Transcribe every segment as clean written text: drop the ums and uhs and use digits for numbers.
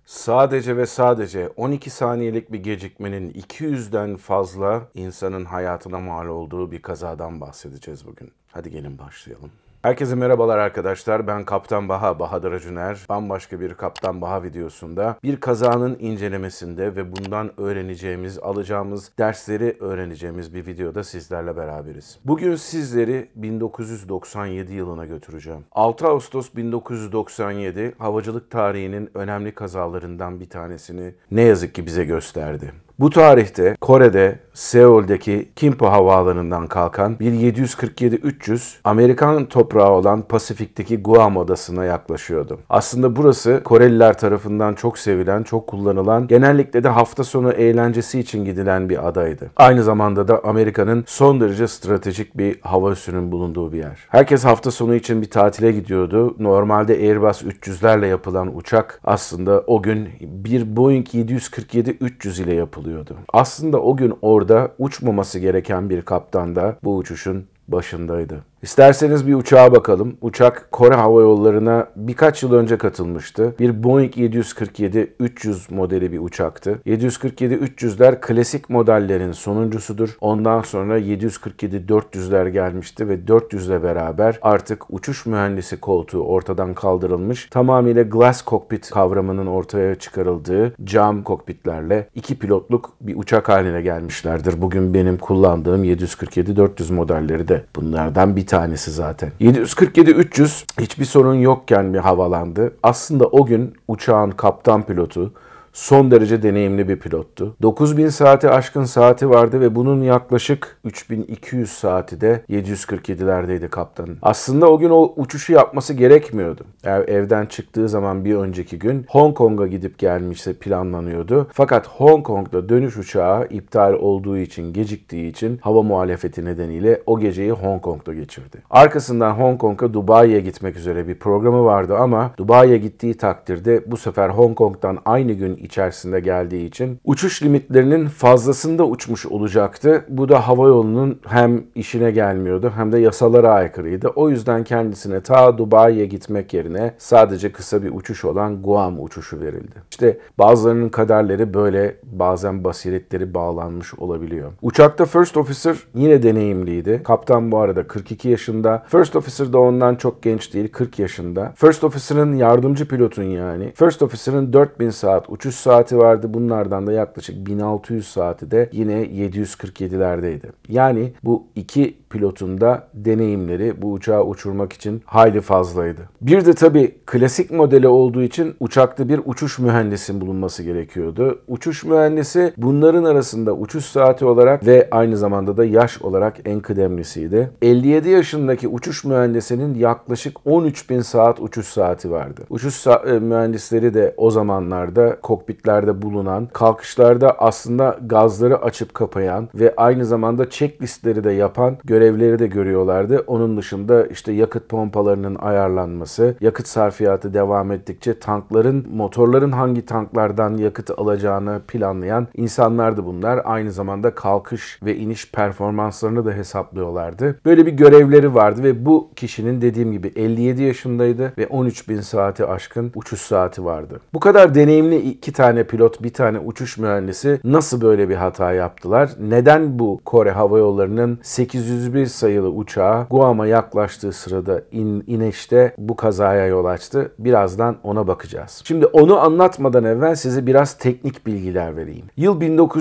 Sadece ve sadece 12 saniyelik bir gecikmenin 200'den fazla insanın hayatına mal olduğu bir kazadan bahsedeceğiz bugün. Hadi gelin başlayalım. Herkese merhabalar arkadaşlar. Ben Kaptan Baha, Bahadır Acuner. Bambaşka bir Kaptan Baha videosunda bir kazanın incelemesinde ve bundan öğreneceğimiz, alacağımız dersleri öğreneceğimiz bir videoda sizlerle beraberiz. Bugün sizleri 1997 yılına götüreceğim. 6 Ağustos 1997 havacılık tarihinin önemli kazalarından bir tanesini ne yazık ki bize gösterdi. Bu tarihte Kore'de Seul'deki Kimpo Havaalanı'ndan kalkan bir 747-300 Amerikan toprağı olan Pasifik'teki Guam adasına yaklaşıyordu. Aslında burası Koreliler tarafından çok sevilen, çok kullanılan, genellikle de hafta sonu eğlencesi için gidilen bir adaydı. Aynı zamanda da Amerika'nın son derece stratejik bir hava üssünün bulunduğu bir yer. Herkes hafta sonu için bir tatile gidiyordu. Normalde Airbus 300'lerle yapılan uçak aslında o gün bir Boeing 747-300 ile yapılıyordu. Aslında o gün orada uçmaması gereken bir kaptan da bu uçuşun başındaydı. İsterseniz bir uçağa bakalım. Uçak Kore Hava Yolları'na birkaç yıl önce katılmıştı. Bir Boeing 747-300 modeli bir uçaktı. 747-300'ler klasik modellerin sonuncusudur. Ondan sonra 747-400'ler gelmişti ve 400 ile beraber artık uçuş mühendisi koltuğu ortadan kaldırılmış. Tamamıyla glass cockpit kavramının ortaya çıkarıldığı cam kokpitlerle iki pilotluk bir uçak haline gelmişlerdir. Bugün benim kullandığım 747-400 modelleri de bunlardan bir tanesi zaten. 747-300 hiçbir sorun yokken bir havalandı. Aslında o gün uçağın kaptan pilotu son derece deneyimli bir pilottu. 9000 saati aşkın saati vardı ve bunun yaklaşık 3200 saati de 747'lerdeydi kaptanın. Aslında o gün o uçuşu yapması gerekmiyordu. Evden çıktığı zaman bir önceki gün Hong Kong'a gidip gelmişse planlanıyordu. Fakat Hong Kong'da dönüş uçağı iptal olduğu için, geciktiği için hava muhalefeti nedeniyle o geceyi Hong Kong'da geçirdi. Arkasından Hong Kong'a Dubai'ye gitmek üzere bir programı vardı ama Dubai'ye gittiği takdirde bu sefer Hong Kong'dan aynı gün içerisinde geldiği için uçuş limitlerinin fazlasında uçmuş olacaktı. Bu da havayolunun hem işine gelmiyordu hem de yasalara aykırıydı. O yüzden kendisine ta Dubai'ye gitmek yerine sadece kısa bir uçuş olan Guam uçuşu verildi. İşte bazılarının kaderleri böyle, bazen basiretleri bağlanmış olabiliyor. Uçakta First Officer yine deneyimliydi. Kaptan bu arada 42 yaşında. First Officer da ondan çok genç değil, 40 yaşında. First Officer'ın yardımcı pilotun yani. First Officer'ın 4000 saat uçuş saati vardı. Bunlardan da yaklaşık 1600 saati de yine 747'lerdeydi. Yani bu iki pilotun da deneyimleri bu uçağı uçurmak için hayli fazlaydı. Bir de tabii klasik modeli olduğu için uçakta bir uçuş mühendisi bulunması gerekiyordu. Uçuş mühendisi bunların arasında uçuş saati olarak ve aynı zamanda da yaş olarak en kıdemlisiydi. 57 yaşındaki uçuş mühendisinin yaklaşık 13.000 saat uçuş saati vardı. Uçuş mühendisleri de o zamanlarda kokpitlerde bulunan, kalkışlarda aslında gazları açıp kapayan ve aynı zamanda checklistleri de yapan görevleri de görüyorlardı. Onun dışında işte yakıt pompalarının ayarlanması, yakıt sarfiyatı devam ettikçe motorların hangi tanklardan yakıt alacağını planlayan insanlardı bunlar. Aynı zamanda kalkış ve iniş performanslarını da hesaplıyorlardı. Böyle bir görevleri vardı ve bu kişinin dediğim gibi 57 yaşındaydı ve 13.000 saati aşkın uçuş saati vardı. Bu kadar deneyimli iki tane pilot, bir tane uçuş mühendisi nasıl böyle bir hata yaptılar? Neden bu Kore Hava Yolları'nın 801 sayılı uçağı Guam'a yaklaştığı sırada inişte bu kazaya yol açtı? Birazdan ona bakacağız. Şimdi onu anlatmadan evvel size biraz teknik bilgiler vereyim. Yıl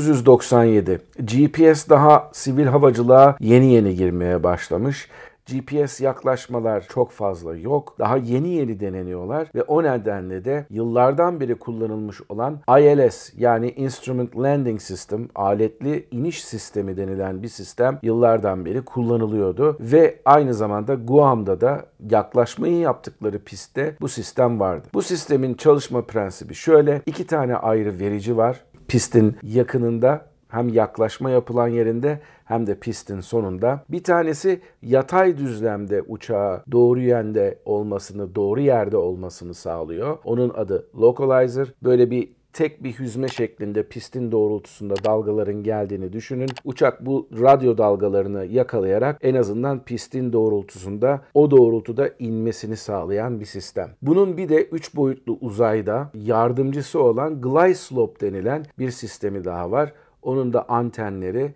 1997. GPS daha sivil havacılığa yeni girmeye başlamış. GPS yaklaşmalar çok fazla yok. Daha yeni deneniyorlar ve o nedenle de yıllardan beri kullanılmış olan ILS yani Instrument Landing System, aletli iniş sistemi denilen bir sistem yıllardan beri kullanılıyordu ve aynı zamanda Guam'da da yaklaşmayı yaptıkları pistte bu sistem vardı. Bu sistemin çalışma prensibi şöyle: iki tane ayrı verici var. Pistin yakınında, hem yaklaşma yapılan yerinde hem de pistin sonunda. Bir tanesi yatay düzlemde uçağa doğru yönde olmasını, doğru yerde olmasını sağlıyor. Onun adı localizer. Böyle bir tek bir hüzme şeklinde pistin doğrultusunda dalgaların geldiğini düşünün. Uçak bu radyo dalgalarını yakalayarak en azından pistin doğrultusunda o doğrultuda inmesini sağlayan bir sistem. Bunun bir de 3 boyutlu uzayda yardımcısı olan glide slope denilen bir sistemi daha var. Onun da antenleri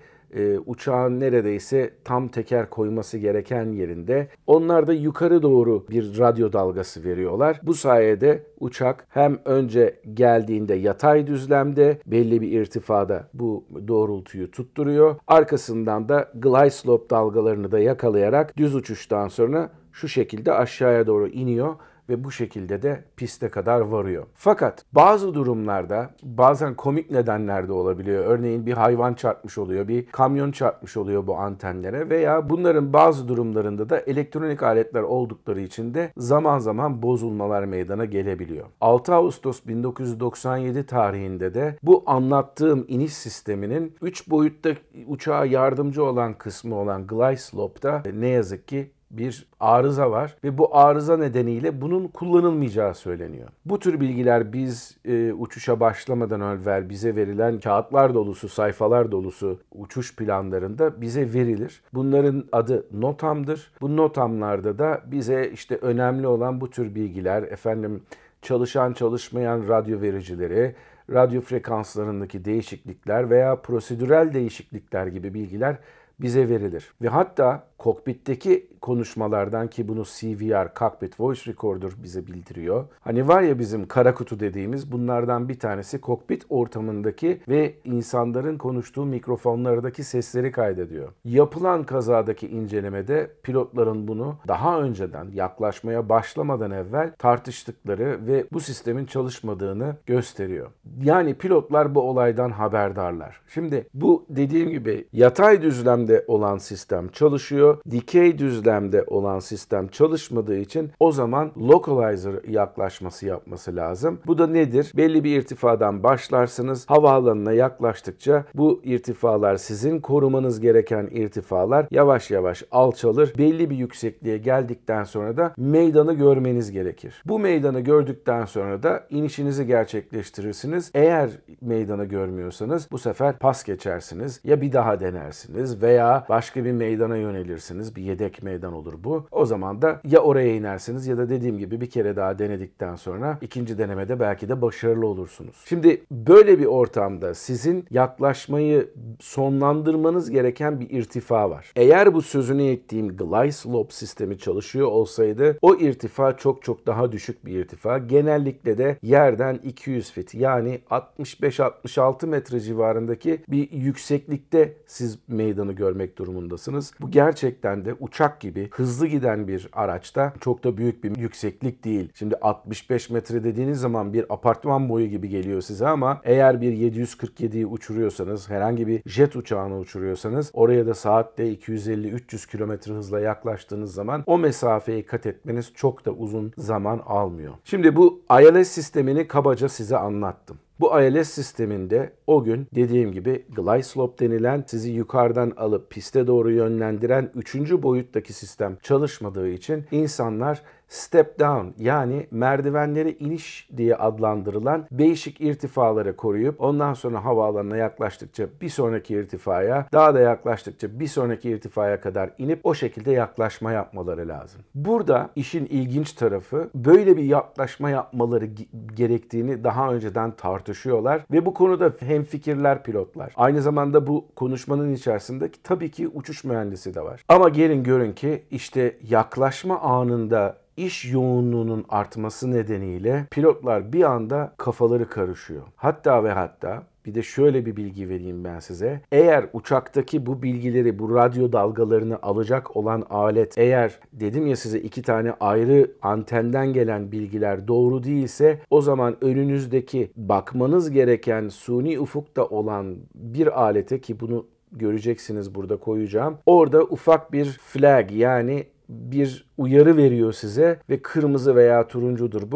uçağın neredeyse tam teker koyması gereken yerinde. Onlar da yukarı doğru bir radyo dalgası veriyorlar. Bu sayede uçak hem önce geldiğinde yatay düzlemde belli bir irtifada bu doğrultuyu tutturuyor. Arkasından da glide slope dalgalarını da yakalayarak düz uçuştan sonra şu şekilde aşağıya doğru iniyor ve bu şekilde de piste kadar varıyor. Fakat bazı durumlarda bazen komik nedenler de olabiliyor. Örneğin bir hayvan çarpmış oluyor, bir kamyon çarpmış oluyor bu antenlere veya bunların bazı durumlarında da elektronik aletler oldukları için de zaman zaman bozulmalar meydana gelebiliyor. 6 Ağustos 1997 tarihinde de bu anlattığım iniş sisteminin 3 boyutta uçağa yardımcı olan kısmı olan glide slope'da ne yazık ki bir arıza var ve bu arıza nedeniyle bunun kullanılmayacağı söyleniyor. Bu tür bilgiler biz uçuşa başlamadan evvel bize verilen kağıtlar dolusu, sayfalar dolusu uçuş planlarında bize verilir. Bunların adı NOTAM'dır. Bu NOTAM'larda da bize işte önemli olan bu tür bilgiler, çalışan çalışmayan radyo vericileri, radyo frekanslarındaki değişiklikler veya prosedürel değişiklikler gibi bilgiler bize verilir. Ve hatta kokpitteki konuşmalardan, ki bunu CVR, Cockpit Voice Recorder bize bildiriyor. Hani var ya bizim kara kutu dediğimiz, bunlardan bir tanesi kokpit ortamındaki ve insanların konuştuğu mikrofonlardaki sesleri kaydediyor. Yapılan kazadaki incelemede pilotların bunu daha önceden, yaklaşmaya başlamadan evvel tartıştıkları ve bu sistemin çalışmadığını gösteriyor. Yani pilotlar bu olaydan haberdarlar. Şimdi bu dediğim gibi yatay düzlemde olan sistem çalışıyor. Dikey düzlemde olan sistem çalışmadığı için o zaman localizer yaklaşması yapması lazım. Bu da nedir? Belli bir irtifadan başlarsınız. Havaalanına yaklaştıkça bu irtifalar, sizin korumanız gereken irtifalar yavaş yavaş alçalır. Belli bir yüksekliğe geldikten sonra da meydanı görmeniz gerekir. Bu meydanı gördükten sonra da inişinizi gerçekleştirirsiniz. Eğer meydanı görmüyorsanız bu sefer pas geçersiniz. Ya bir daha denersiniz veya başka bir meydana yönelirsiniz. Bir yedek meydan olur bu. O zaman da ya oraya inersiniz ya da dediğim gibi bir kere daha denedikten sonra ikinci denemede belki de başarılı olursunuz. Şimdi böyle bir ortamda sizin yaklaşmayı sonlandırmanız gereken bir irtifa var. Eğer bu sözünü ettiğim glide slope sistemi çalışıyor olsaydı o irtifa çok çok daha düşük bir irtifa. Genellikle de yerden 200 fit yani 65-66 metre civarındaki bir yükseklikte siz meydanı görmek durumundasınız. Bu gerçekten de uçak gibi hızlı giden bir araçta çok da büyük bir yükseklik değil. Şimdi 65 metre dediğiniz zaman bir apartman boyu gibi geliyor size ama eğer bir 747'yi uçuruyorsanız, herhangi bir jet uçağını uçuruyorsanız oraya da saatte 250-300 kilometre hızla yaklaştığınız zaman o mesafeyi kat etmeniz çok da uzun zaman almıyor. Şimdi bu ILS sistemini kabaca size anlattım. Bu ILS sisteminde o gün dediğim gibi glide slope denilen, sizi yukarıdan alıp piste doğru yönlendiren 3. boyuttaki sistem çalışmadığı için insanlar step down yani merdivenleri iniş diye adlandırılan değişik irtifaları koruyup ondan sonra havaalanına yaklaştıkça bir sonraki irtifaya, daha da yaklaştıkça bir sonraki irtifaya kadar inip o şekilde yaklaşma yapmaları lazım. Burada işin ilginç tarafı, böyle bir yaklaşma yapmaları gerektiğini daha önceden tartışıyorlar ve bu konuda hemfikirler pilotlar. Aynı zamanda bu konuşmanın içerisinde tabii ki uçuş mühendisi de var. Ama gelin görün ki işte yaklaşma anında İş yoğunluğunun artması nedeniyle pilotlar bir anda kafaları karışıyor. Hatta ve hatta bir de şöyle bir bilgi vereyim ben size. Eğer uçaktaki bu bilgileri, bu radyo dalgalarını alacak olan alet, eğer dedim ya size 2 tane ayrı antenden gelen bilgiler doğru değilse, o zaman önünüzdeki bakmanız gereken suni ufukta olan bir alete, ki bunu göreceksiniz burada koyacağım. Orada ufak bir flag yani bir uyarı veriyor size ve kırmızı veya turuncudur bu.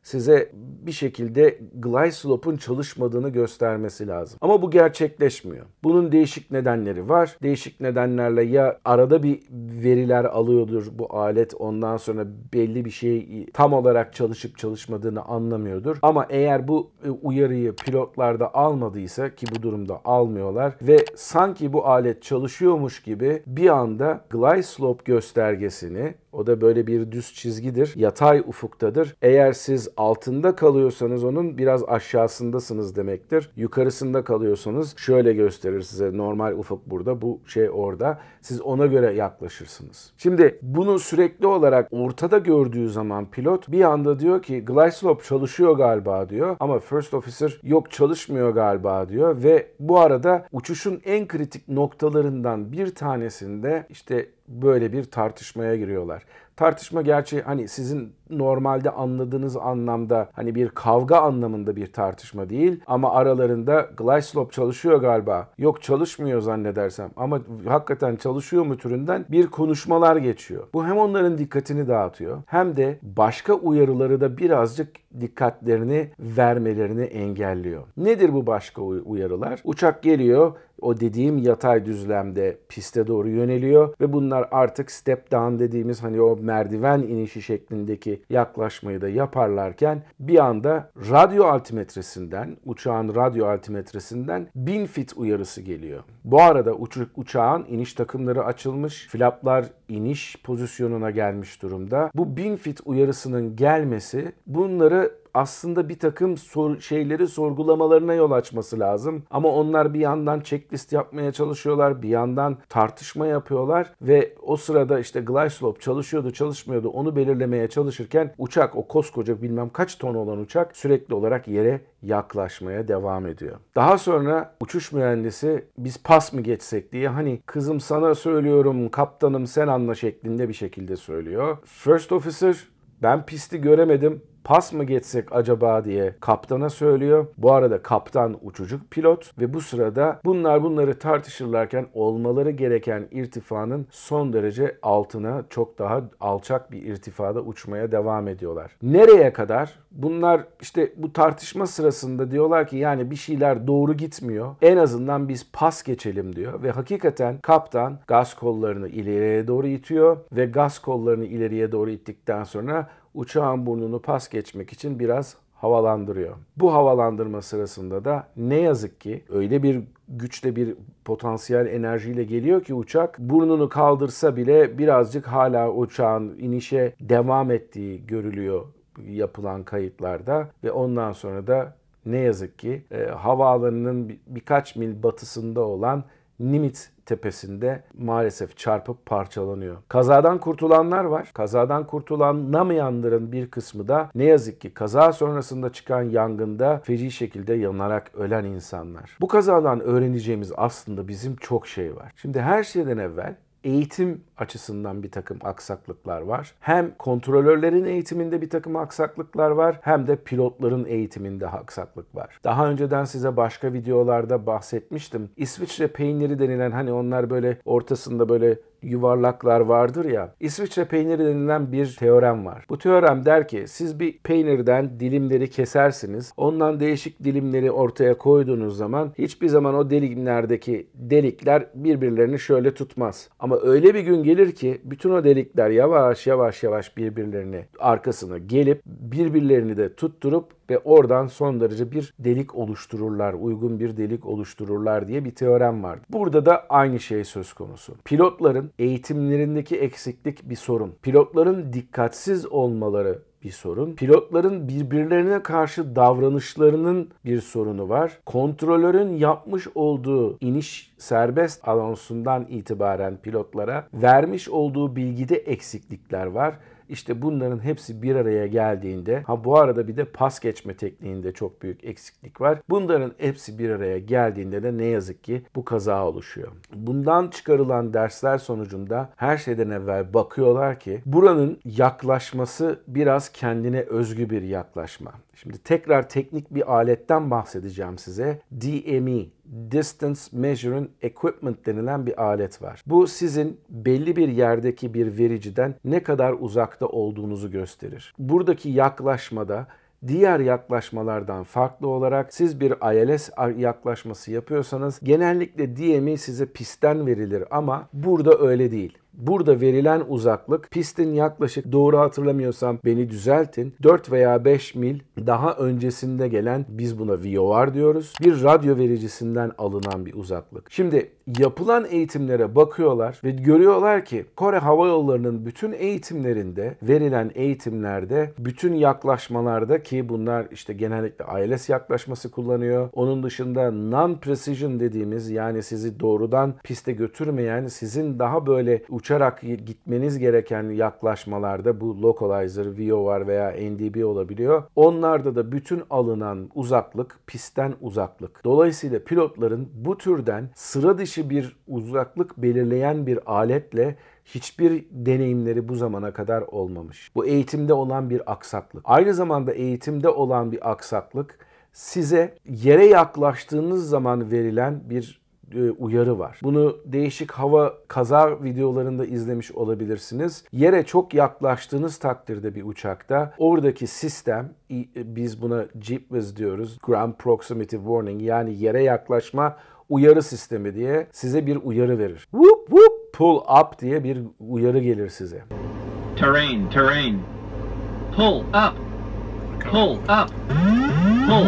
size bir şekilde glide slope'un çalışmadığını göstermesi lazım. Ama bu gerçekleşmiyor. Bunun değişik nedenleri var. Değişik nedenlerle ya arada bir veriler alıyordur bu alet, ondan sonra belli bir şey tam olarak çalışıp çalışmadığını anlamıyordur. Ama eğer bu uyarıyı pilotlarda almadıysa, ki bu durumda almıyorlar ve sanki bu alet çalışıyormuş gibi bir anda glide slope göstergesini, o da böyle bir düz çizgidir, yatay ufuktadır. Eğer siz altında kalıyorsanız onun biraz aşağısındasınız demektir. Yukarısında kalıyorsanız şöyle gösterir size, normal ufuk burada, bu şey orada. Siz ona göre yaklaşırsınız. Şimdi bunu sürekli olarak ortada gördüğü zaman pilot bir anda diyor ki glide slope çalışıyor galiba diyor. Ama first officer yok çalışmıyor galiba diyor ve bu arada uçuşun en kritik noktalarından bir tanesinde işte böyle bir tartışmaya giriyorlar. Tartışma gerçi hani sizin normalde anladığınız anlamda, hani bir kavga anlamında bir tartışma değil ama aralarında glide slope çalışıyor galiba, yok çalışmıyor zannedersem ama hakikaten çalışıyor mu türünden bir konuşmalar geçiyor. Bu hem onların dikkatini dağıtıyor hem de başka uyarıları da birazcık dikkatlerini vermelerini engelliyor. Nedir bu başka uyarılar? Uçak geliyor, o dediğim yatay düzlemde piste doğru yöneliyor ve bunlar artık step down dediğimiz hani o merdiven inişi şeklindeki yaklaşmayı da yaparlarken bir anda radyo altimetresinden, uçağın radyo altimetresinden 1000 feet uyarısı geliyor. Bu arada uçağın iniş takımları açılmış, flaplar iniş pozisyonuna gelmiş durumda. Bu 1000 feet uyarısının gelmesi bunları aslında bir takım şeyleri sorgulamalarına yol açması lazım. Ama onlar bir yandan checklist yapmaya çalışıyorlar, bir yandan tartışma yapıyorlar ve o sırada işte glide slope çalışıyordu, çalışmıyordu onu belirlemeye çalışırken uçak, o koskoca bilmem kaç ton olan uçak sürekli olarak yere yaklaşmaya devam ediyor. Daha sonra uçuş mühendisi biz pas mı geçsek diye, hani kızım sana söylüyorum kaptanım sen anla şeklinde bir şekilde söylüyor. First officer ben pisti göremedim, pas mı geçsek acaba diye kaptana söylüyor. Bu arada kaptan uçucu pilot ve bu sırada bunları tartışırlarken olmaları gereken irtifanın son derece altına, çok daha alçak bir irtifada uçmaya devam ediyorlar. Nereye kadar? Bunlar işte bu tartışma sırasında diyorlar ki yani bir şeyler doğru gitmiyor. En azından biz pas geçelim diyor ve hakikaten kaptan gaz kollarını ileriye doğru itiyor ve gaz kollarını ileriye doğru ittikten sonra uçağın burnunu pas geçmek için biraz havalandırıyor. Bu havalandırma sırasında da ne yazık ki öyle bir güçle, bir potansiyel enerjiyle geliyor ki uçak burnunu kaldırsa bile birazcık hala uçağın inişe devam ettiği görülüyor yapılan kayıtlarda ve ondan sonra da ne yazık ki havaalanının birkaç mil batısında olan Nimitz tepesinde maalesef çarpıp parçalanıyor. Kazadan kurtulanlar var. Kazadan kurtulanamayanların bir kısmı da ne yazık ki kaza sonrasında çıkan yangında feci şekilde yanarak ölen insanlar. Bu kazadan öğreneceğimiz aslında bizim çok şey var. Şimdi her şeyden evvel eğitim açısından bir takım aksaklıklar var. Hem kontrolörlerin eğitiminde bir takım aksaklıklar var, hem de pilotların eğitiminde aksaklık var. Daha önceden size başka videolarda bahsetmiştim. İsviçre peyniri denilen, hani onlar böyle ortasında böyle yuvarlaklar vardır ya. İsviçre peyniri denilen bir teorem var. Bu teorem der ki siz bir peynirden dilimleri kesersiniz. Ondan değişik dilimleri ortaya koyduğunuz zaman hiçbir zaman o dilimlerdeki delikler birbirlerini şöyle tutmaz. Ama öyle bir gün gelir ki bütün o delikler yavaş yavaş birbirlerine arkasına gelip birbirlerini de tutturup ve oradan son derece bir delik oluştururlar, uygun bir delik oluştururlar diye bir teorem var. Burada da aynı şey söz konusu. Pilotların eğitimlerindeki eksiklik bir sorun. Pilotların dikkatsiz olmaları bir sorun. Pilotların birbirlerine karşı davranışlarının bir sorunu var. Kontrolörün yapmış olduğu iniş serbest anonsundan itibaren pilotlara vermiş olduğu bilgide eksiklikler var. İşte bunların hepsi bir araya geldiğinde, bu arada bir de pas geçme tekniğinde çok büyük eksiklik var. Bunların hepsi bir araya geldiğinde de ne yazık ki bu kaza oluşuyor. Bundan çıkarılan dersler sonucunda her şeyden evvel bakıyorlar ki buranın yaklaşması biraz kendine özgü bir yaklaşma. Şimdi tekrar teknik bir aletten bahsedeceğim size. DME, Distance Measuring Equipment denilen bir alet var. Bu sizin belli bir yerdeki bir vericiden ne kadar uzakta olduğunuzu gösterir. Buradaki yaklaşmada diğer yaklaşmalardan farklı olarak siz bir ILS yaklaşması yapıyorsanız genellikle DM'i size pistten verilir ama burada öyle değil. Burada verilen uzaklık pistin yaklaşık, doğru hatırlamıyorsam beni düzeltin, 4 veya 5 mil daha öncesinde gelen, biz buna VOR diyoruz, bir radyo vericisinden alınan bir uzaklık. Şimdi yapılan eğitimlere bakıyorlar ve görüyorlar ki Kore Hava Yolları'nın bütün eğitimlerinde, verilen eğitimlerde, bütün yaklaşmalarda, ki bunlar işte genellikle ILS yaklaşması kullanıyor. Onun dışında non-precision dediğimiz, yani sizi doğrudan piste götürmeyen, sizin daha böyle uçarak gitmeniz gereken yaklaşmalarda bu localizer, VOR veya NDB olabiliyor. Onlarda da bütün alınan uzaklık pistten uzaklık. Dolayısıyla pilotların bu türden sıra dışı bir uzaklık belirleyen bir aletle hiçbir deneyimleri bu zamana kadar olmamış. Bu eğitimde olan bir aksaklık. Aynı zamanda eğitimde olan bir aksaklık size yere yaklaştığınız zaman verilen bir uyarı var. Bunu değişik hava kaza videolarında izlemiş olabilirsiniz. Yere çok yaklaştığınız takdirde bir uçakta oradaki sistem, biz buna GPWS diyoruz, Ground Proximity Warning, yani yere yaklaşma uyarı sistemi diye size bir uyarı verir. Whoop whoop, pull up diye bir uyarı gelir size. Terrain, terrain. Pull up. Pull up. Pull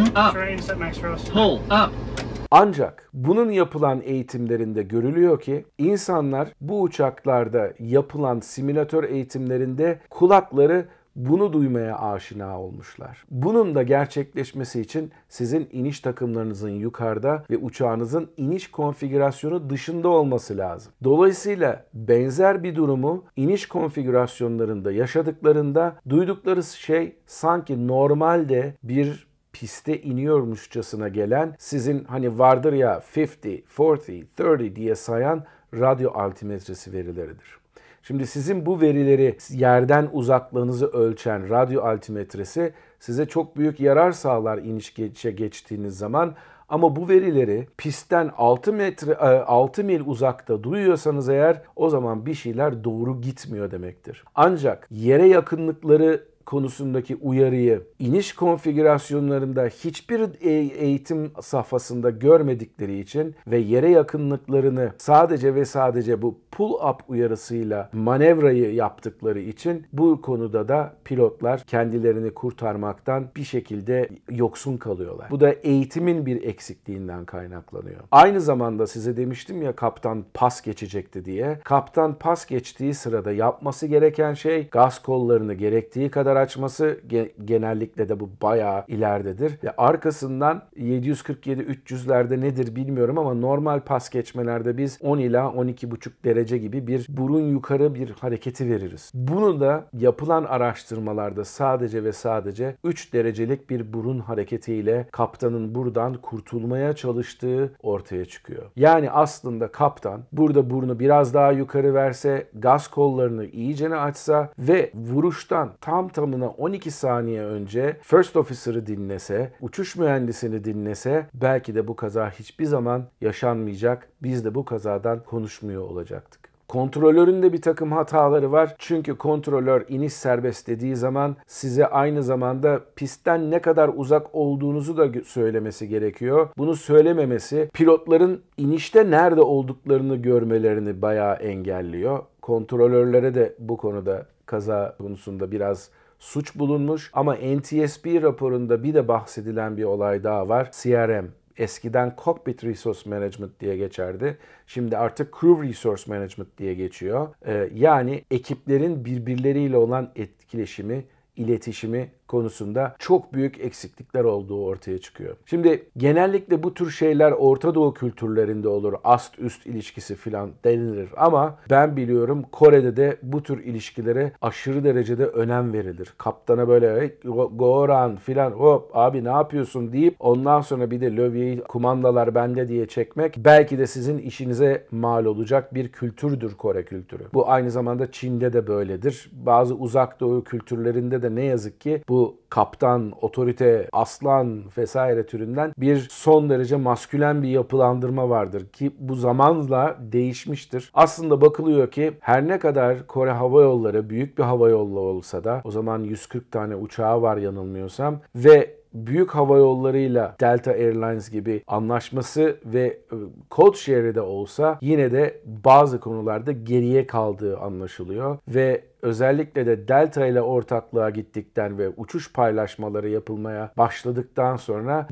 up. Pull up. Ancak bunun yapılan eğitimlerinde görülüyor ki insanlar bu uçaklarda yapılan simülatör eğitimlerinde kulakları bunu duymaya aşina olmuşlar. Bunun da gerçekleşmesi için sizin iniş takımlarınızın yukarıda ve uçağınızın iniş konfigürasyonu dışında olması lazım. Dolayısıyla benzer bir durumu iniş konfigürasyonlarında yaşadıklarında duydukları şey sanki normalde bir piste iniyormuşçasına gelen, sizin hani vardır ya 50, 40, 30 diye sayan radyo altimetresi verileridir. Şimdi sizin bu verileri, yerden uzaklığınızı ölçen radyo altimetresi size çok büyük yarar sağlar inişe geçtiğiniz zaman. Ama bu verileri pistten 6 mil uzakta duyuyorsanız eğer, o zaman bir şeyler doğru gitmiyor demektir. Ancak yere yakınlıkları konusundaki uyarıyı iniş konfigürasyonlarında hiçbir eğitim safhasında görmedikleri için ve yere yakınlıklarını sadece ve sadece bu pull-up uyarısıyla manevrayı yaptıkları için bu konuda da pilotlar kendilerini kurtarmaktan bir şekilde yoksun kalıyorlar. Bu da eğitimin bir eksikliğinden kaynaklanıyor. Aynı zamanda size demiştim ya kaptan pas geçecekti diye. Kaptan pas geçtiği sırada yapması gereken şey gaz kollarını gerektiği kadar açması, genellikle de bu bayağı ileridedir. Ve arkasından 747-300'lerde nedir bilmiyorum ama normal pas geçmelerde biz 10 ila 12,5 derece gibi bir burun yukarı bir hareketi veririz. Bunu da yapılan araştırmalarda sadece ve sadece 3 derecelik bir burun hareketiyle kaptanın buradan kurtulmaya çalıştığı ortaya çıkıyor. Yani aslında kaptan burada burnu biraz daha yukarı verse, gaz kollarını iyicene açsa ve vuruştan tam tamına 12 saniye önce First Officer'ı dinlese, uçuş mühendisini dinlese belki de bu kaza hiçbir zaman yaşanmayacak. Biz de bu kazadan konuşmuyor olacaktık. Kontrolörün de bir takım hataları var. Çünkü kontrolör iniş serbest dediği zaman size aynı zamanda pistten ne kadar uzak olduğunuzu da söylemesi gerekiyor. Bunu söylememesi pilotların inişte nerede olduklarını görmelerini bayağı engelliyor. Kontrolörlere de bu konuda, kaza konusunda biraz suç bulunmuş. Ama NTSB raporunda bir de bahsedilen bir olay daha var. CRM. Eskiden Cockpit Resource Management diye geçerdi. Şimdi artık Crew Resource Management diye geçiyor. Yani ekiplerin birbirleriyle olan etkileşimi, iletişimi konusunda çok büyük eksiklikler olduğu ortaya çıkıyor. Şimdi genellikle bu tür şeyler Orta Doğu kültürlerinde olur. Ast-üst ilişkisi filan denilir ama ben biliyorum Kore'de de bu tür ilişkilere aşırı derecede önem verilir. Kaptana böyle hey, go run filan, hop abi ne yapıyorsun deyip ondan sonra bir de lövyeyi kumandalar bende diye çekmek belki de sizin işinize mal olacak bir kültürdür Kore kültürü. Bu aynı zamanda Çin'de de böyledir. Bazı Uzak Doğu kültürlerinde de ne yazık ki bu bu kaptan, otorite, aslan vesaire türünden bir son derece maskülen bir yapılandırma vardır ki bu zamanla değişmiştir. Aslında bakılıyor ki her ne kadar Kore Hava Yolları büyük bir hava yolu olsa da, o zaman 140 tane uçağı var yanılmıyorsam ve büyük hava yollarıyla Delta Airlines gibi anlaşması ve code share'i de olsa yine de bazı konularda geriye kaldığı anlaşılıyor ve özellikle de Delta ile ortaklığa gittikten ve uçuş paylaşmaları yapılmaya başladıktan sonra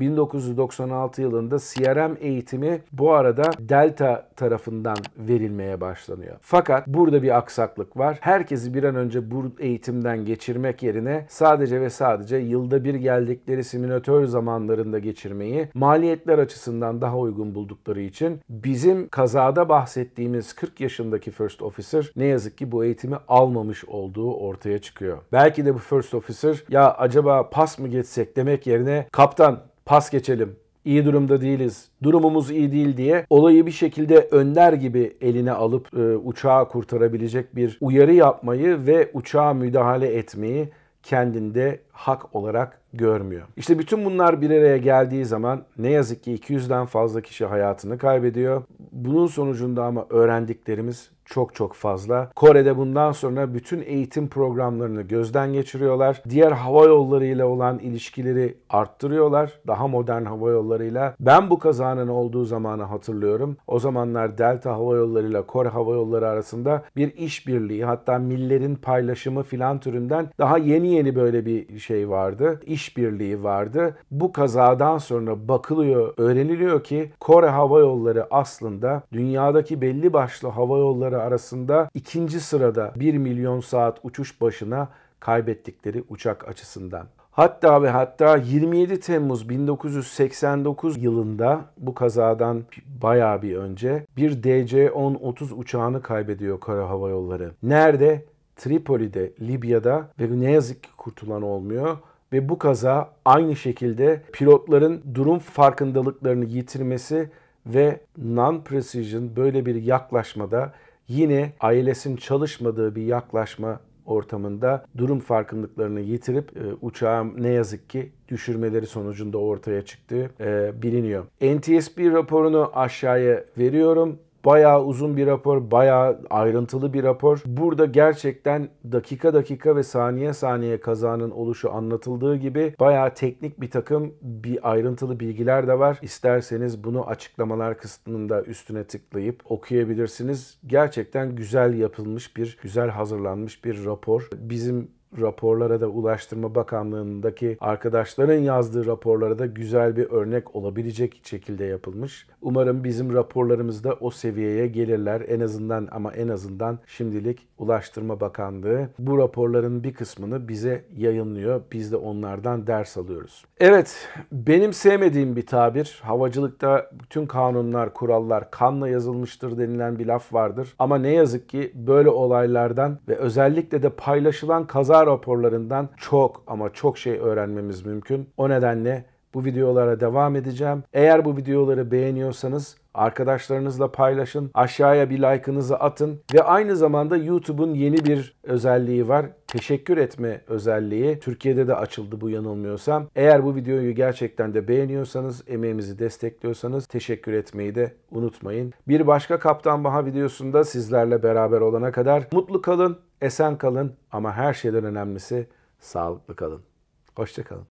1996 yılında CRM eğitimi bu arada Delta tarafından verilmeye başlanıyor. Fakat burada bir aksaklık var. Herkesi bir an önce bu eğitimden geçirmek yerine sadece ve sadece yılda bir geldikleri simülatör zamanlarında geçirmeyi maliyetler açısından daha uygun buldukları için bizim kazada bahsettiğimiz 40 yaşındaki First Officer ne yazık ki bu eğitimi almamış olduğu ortaya çıkıyor. Belki de bu First Officer ya acaba pas mı geçsek demek yerine kaptan pas geçelim, İyi durumda değiliz, durumumuz iyi değil diye olayı bir şekilde önder gibi eline alıp uçağı kurtarabilecek bir uyarı yapmayı ve uçağa müdahale etmeyi kendinde hak olarak görmüyor. İşte bütün bunlar bir araya geldiği zaman ne yazık ki 200'den fazla kişi hayatını kaybediyor. Bunun sonucunda ama öğrendiklerimiz çok fazla. Kore'de bundan sonra bütün eğitim programlarını gözden geçiriyorlar. Diğer hava yollarıyla olan ilişkileri arttırıyorlar. Daha modern hava yollarıyla. Ben bu kazanın olduğu zamanı hatırlıyorum. O zamanlar Delta Hava Yolları ile Kore Hava Yolları arasında bir işbirliği, hatta millerin paylaşımı filan türünden daha yeni böyle bir şey vardı. İşbirliği vardı. Bu kazadan sonra bakılıyor, öğreniliyor ki Kore Hava Yolları aslında dünyadaki belli başlı hava yolları arasında ikinci sırada 1 milyon saat uçuş başına kaybettikleri uçak açısından. Hatta 27 Temmuz 1989 yılında bu kazadan bayağı bir önce bir DC-10-30 uçağını kaybediyor Kore Hava Yolları. Nerede? Tripoli'de, Libya'da ve ne yazık ki kurtulan olmuyor. Ve bu kaza aynı şekilde pilotların durum farkındalıklarını yitirmesi ve non-precision böyle bir yaklaşmada yine ILS'in çalışmadığı bir yaklaşma ortamında durum farkındalıklarını yitirip uçağı ne yazık ki düşürmeleri sonucunda ortaya çıktığı biliniyor. NTSB raporunu aşağıya veriyorum. Bayağı uzun bir rapor, bayağı ayrıntılı bir rapor. Burada gerçekten dakika ve saniye kazanın oluşu anlatıldığı gibi bayağı teknik bir takım ayrıntılı bilgiler de var. İsterseniz bunu açıklamalar kısmında üstüne tıklayıp okuyabilirsiniz. Gerçekten güzel yapılmış güzel hazırlanmış bir rapor. Bizim raporlara da Ulaştırma Bakanlığı'ndaki arkadaşların yazdığı raporlara da güzel bir örnek olabilecek şekilde yapılmış. Umarım bizim raporlarımız da o seviyeye gelirler. En azından şimdilik Ulaştırma Bakanlığı bu raporların bir kısmını bize yayınlıyor. Biz de onlardan ders alıyoruz. Evet, benim sevmediğim bir tabir. Havacılıkta bütün kanunlar, kurallar kanla yazılmıştır denilen bir laf vardır. Ama ne yazık ki böyle olaylardan ve özellikle de paylaşılan kaza raporlarından çok şey öğrenmemiz mümkün. O nedenle bu videolara devam edeceğim. Eğer bu videoları beğeniyorsanız arkadaşlarınızla paylaşın. Aşağıya bir like'ınızı atın. Ve aynı zamanda YouTube'un yeni bir özelliği var. Teşekkür etme özelliği. Türkiye'de de açıldı bu yanılmıyorsam. Eğer bu videoyu gerçekten de beğeniyorsanız, emeğimizi destekliyorsanız teşekkür etmeyi de unutmayın. Bir başka Kaptan Baha videosunda sizlerle beraber olana kadar mutlu kalın, esen kalın ama her şeyden önemlisi sağlıklı kalın. Hoşça kalın.